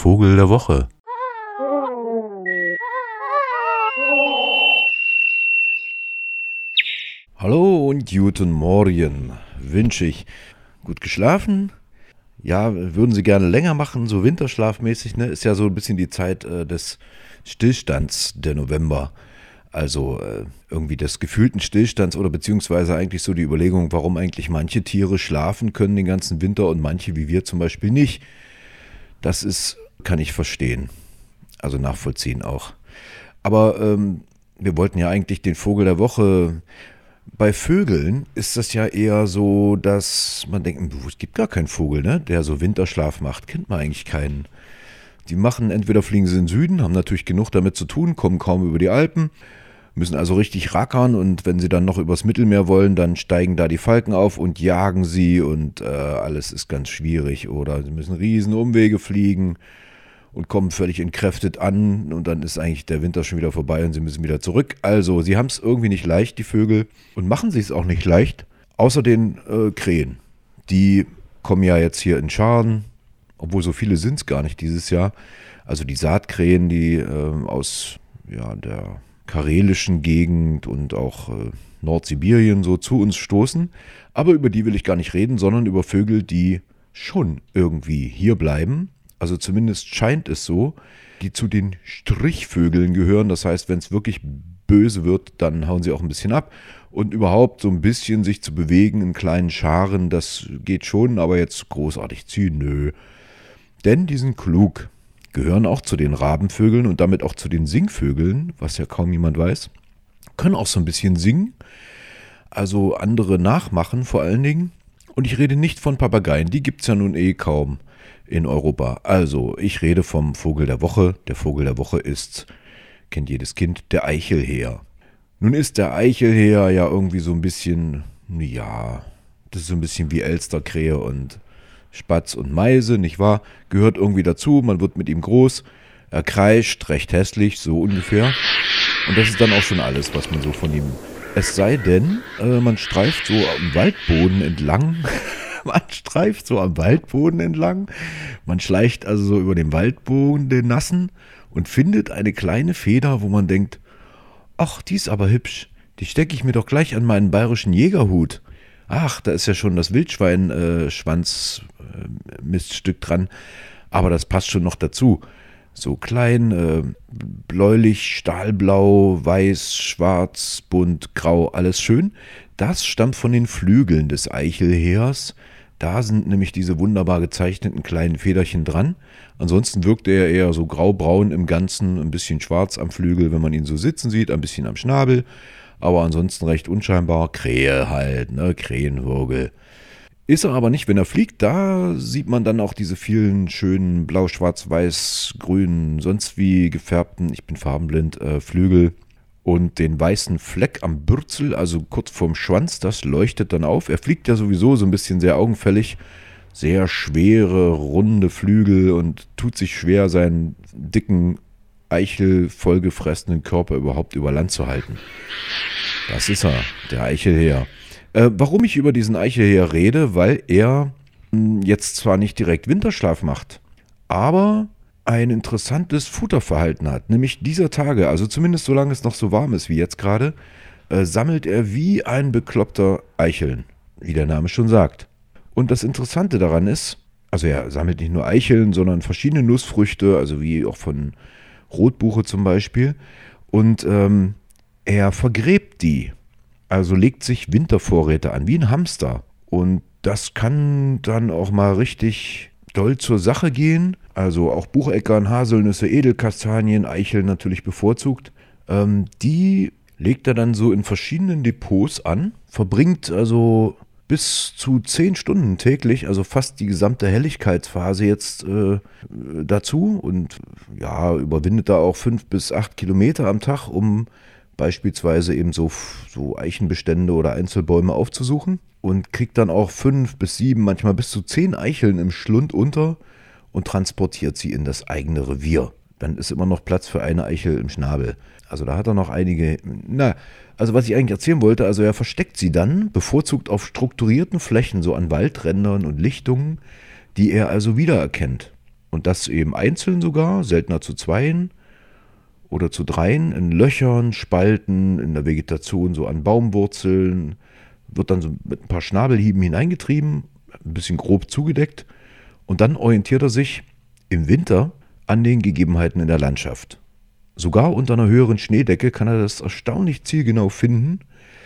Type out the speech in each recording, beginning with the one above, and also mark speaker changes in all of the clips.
Speaker 1: Vogel der Woche.
Speaker 2: Hallo und guten Morgen, wünsche ich. Gut geschlafen? Ja, würden Sie gerne länger machen, so winterschlafmäßig, ne? Ist ja so ein bisschen die Zeit des Stillstands, der November. Also irgendwie des gefühlten Stillstands oder beziehungsweise eigentlich so die Überlegung, warum eigentlich manche Tiere schlafen können den ganzen Winter und manche wie wir zum Beispiel nicht. Kann ich verstehen, also nachvollziehen auch. Aber wir wollten ja eigentlich den Vogel der Woche. Bei Vögeln ist das ja eher so, dass man denkt, es gibt gar keinen Vogel, ne, der so Winterschlaf macht. Kennt man eigentlich keinen. Die machen, entweder fliegen sie in den Süden, haben natürlich genug damit zu tun, kommen kaum über die Alpen, müssen also richtig rackern und wenn sie dann noch übers Mittelmeer wollen, dann steigen da die Falken auf und jagen sie und alles ist ganz schwierig. Oder sie müssen riesen Umwege fliegen und kommen völlig entkräftet an und dann ist eigentlich der Winter schon wieder vorbei und sie müssen wieder zurück. Also sie haben es irgendwie nicht leicht, die Vögel, und machen sich es auch nicht leicht, außer den Krähen. Die kommen ja jetzt hier in Scharen, obwohl so viele sind es gar nicht dieses Jahr. Also die Saatkrähen, die aus der karelischen Gegend und auch Nordsibirien so zu uns stoßen. Aber über die will ich gar nicht reden, sondern über Vögel, die schon irgendwie hier bleiben. Also zumindest scheint es so, die zu den Strichvögeln gehören. Das heißt, wenn es wirklich böse wird, dann hauen sie auch ein bisschen ab. Und überhaupt so ein bisschen sich zu bewegen in kleinen Scharen, das geht schon, aber jetzt großartig ziehen, nö. Denn die sind klug, gehören auch zu den Rabenvögeln und damit auch zu den Singvögeln, was ja kaum jemand weiß. Können auch so ein bisschen singen, also andere nachmachen vor allen Dingen. Und ich rede nicht von Papageien, die gibt es ja nun kaum in Europa. Also, ich rede vom Vogel der Woche. Der Vogel der Woche kennt jedes Kind, der Eichelheer. Nun ist der Eichelheer ja irgendwie so ein bisschen, das ist so ein bisschen wie Elsterkrähe und Spatz und Meise, nicht wahr? Gehört irgendwie dazu, man wird mit ihm groß, er kreischt, recht hässlich, so ungefähr. Und das ist dann auch schon alles, was man so von ihm. Es sei denn, man streift so am Waldboden entlang. Man schleicht also so über den Waldboden, den nassen, und findet eine kleine Feder, wo man denkt, ach, die ist aber hübsch, die stecke ich mir doch gleich an meinen bayerischen Jägerhut. Ach, da ist ja schon das Wildschwein-Schwanz-Miststück dran, aber das passt schon noch dazu. So klein, bläulich, stahlblau, weiß, schwarz, bunt, grau, alles schön. Das stammt von den Flügeln des Eichelheers. Da sind nämlich diese wunderbar gezeichneten kleinen Federchen dran. Ansonsten wirkt er eher so graubraun im Ganzen, ein bisschen schwarz am Flügel, wenn man ihn so sitzen sieht, ein bisschen am Schnabel. Aber ansonsten recht unscheinbar. Krähe halt, ne, Krähenvogel. Ist er aber nicht, wenn er fliegt, da sieht man dann auch diese vielen schönen blau, schwarz, weiß, grün, sonst wie gefärbten, ich bin farbenblind, Flügel. Und den weißen Fleck am Bürzel, also kurz vorm Schwanz, das leuchtet dann auf. Er fliegt ja sowieso so ein bisschen sehr augenfällig, sehr schwere, runde Flügel und tut sich schwer, seinen dicken, eichelvollgefressenen Körper überhaupt über Land zu halten. Das ist er, der Eichelheer. Warum ich über diesen Eichelheer rede? Weil er jetzt zwar nicht direkt Winterschlaf macht, aber ein interessantes Futterverhalten hat. Nämlich dieser Tage, also zumindest solange es noch so warm ist wie jetzt gerade, sammelt er wie ein Bekloppter Eicheln, wie der Name schon sagt. Und das Interessante daran ist, also er sammelt nicht nur Eicheln, sondern verschiedene Nussfrüchte, also wie auch von Rotbuche zum Beispiel. Und er vergräbt die, also legt sich Wintervorräte an, wie ein Hamster. Und das kann dann auch mal richtig doll zur Sache gehen. Also auch Bucheckern, Haselnüsse, Edelkastanien, Eicheln natürlich bevorzugt. Die legt er dann so in verschiedenen Depots an, verbringt also bis zu 10 Stunden täglich, also fast die gesamte Helligkeitsphase jetzt dazu und ja, überwindet da auch 5 bis 8 Kilometer am Tag, um beispielsweise eben so Eichenbestände oder Einzelbäume aufzusuchen und kriegt dann auch 5 bis 7, manchmal bis zu 10 Eicheln im Schlund unter und transportiert sie in das eigene Revier. Dann ist immer noch Platz für eine Eichel im Schnabel. Also da hat er noch einige, also was ich eigentlich erzählen wollte, also er versteckt sie dann bevorzugt auf strukturierten Flächen, so an Waldrändern und Lichtungen, die er also wiedererkennt. Und das eben einzeln sogar, seltener zu zweien oder zu dreien, in Löchern, Spalten, in der Vegetation, so an Baumwurzeln, wird dann so mit ein paar Schnabelhieben hineingetrieben, ein bisschen grob zugedeckt und dann orientiert er sich im Winter an den Gegebenheiten in der Landschaft. Sogar unter einer höheren Schneedecke kann er das erstaunlich zielgenau finden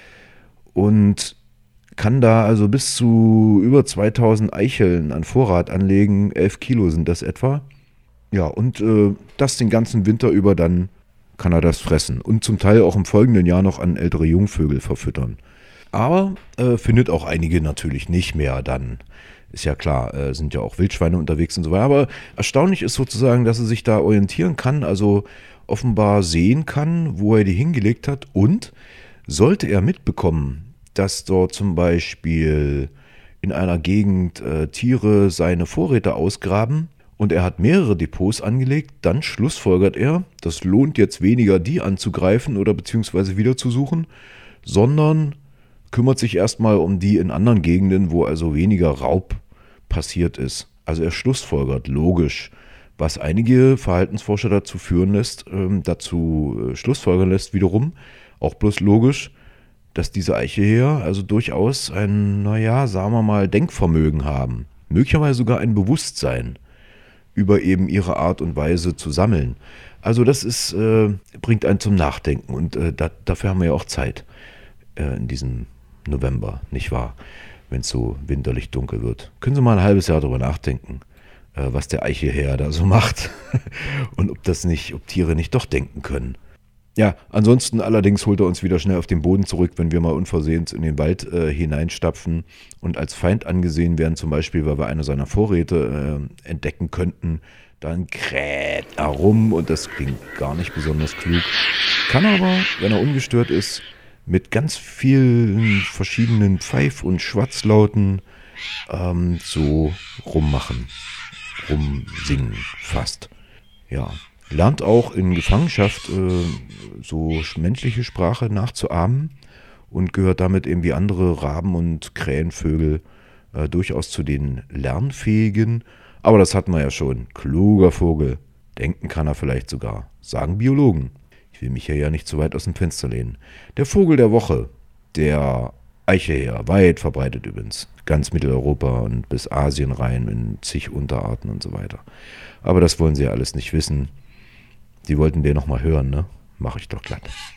Speaker 2: und kann da also bis zu über 2000 Eicheln an Vorrat anlegen, 11 Kilo sind das etwa. Ja, und das den ganzen Winter über dann kann er das fressen und zum Teil auch im folgenden Jahr noch an ältere Jungvögel verfüttern. Aber findet auch einige natürlich nicht mehr dann. Ist ja klar, sind ja auch Wildschweine unterwegs und so weiter. Aber erstaunlich ist sozusagen, dass er sich da orientieren kann, also offenbar sehen kann, wo er die hingelegt hat. Und sollte er mitbekommen, dass dort zum Beispiel in einer Gegend Tiere seine Vorräte ausgraben und er hat mehrere Depots angelegt, dann schlussfolgert er, das lohnt jetzt weniger, die anzugreifen oder beziehungsweise wieder zu suchen, sondern kümmert sich erstmal um die in anderen Gegenden, wo also weniger Raub passiert ist. Also er schlussfolgert logisch, was einige Verhaltensforscher dazu führen lässt, schlussfolgern lässt wiederum, auch bloß logisch, dass diese Eichehäher also durchaus ein, sagen wir mal, Denkvermögen haben. Möglicherweise sogar ein Bewusstsein über eben ihre Art und Weise zu sammeln. Also das ist, bringt einen zum Nachdenken und dafür haben wir ja auch Zeit in diesem November, nicht wahr? Wenn es so winterlich dunkel wird. Können Sie mal ein halbes Jahr darüber nachdenken, was der Eichehäher da so macht und ob Tiere nicht doch denken können. Ja, ansonsten allerdings holt er uns wieder schnell auf den Boden zurück, wenn wir mal unversehens in den Wald hineinstapfen und als Feind angesehen werden, zum Beispiel, weil wir eine seiner Vorräte entdecken könnten. Dann kräht er rum und das klingt gar nicht besonders klug. Kann aber, wenn er ungestört ist, mit ganz vielen verschiedenen Pfeif- und Schwatzlauten so rumsingen fast. Ja. Lernt auch in Gefangenschaft so menschliche Sprache nachzuahmen und gehört damit eben wie andere Raben- und Krähenvögel durchaus zu den Lernfähigen. Aber das hatten wir ja schon. Kluger Vogel. Denken kann er vielleicht sogar. Sagen Biologen. Ich will mich hier ja nicht zu weit aus dem Fenster lehnen. Der Vogel der Woche. Der Eichehäher. Weit verbreitet übrigens. Ganz Mitteleuropa und bis Asien rein in zig Unterarten und so weiter. Aber das wollen Sie ja alles nicht wissen. Sie wollten den noch mal hören, ne? Mach ich doch glatt.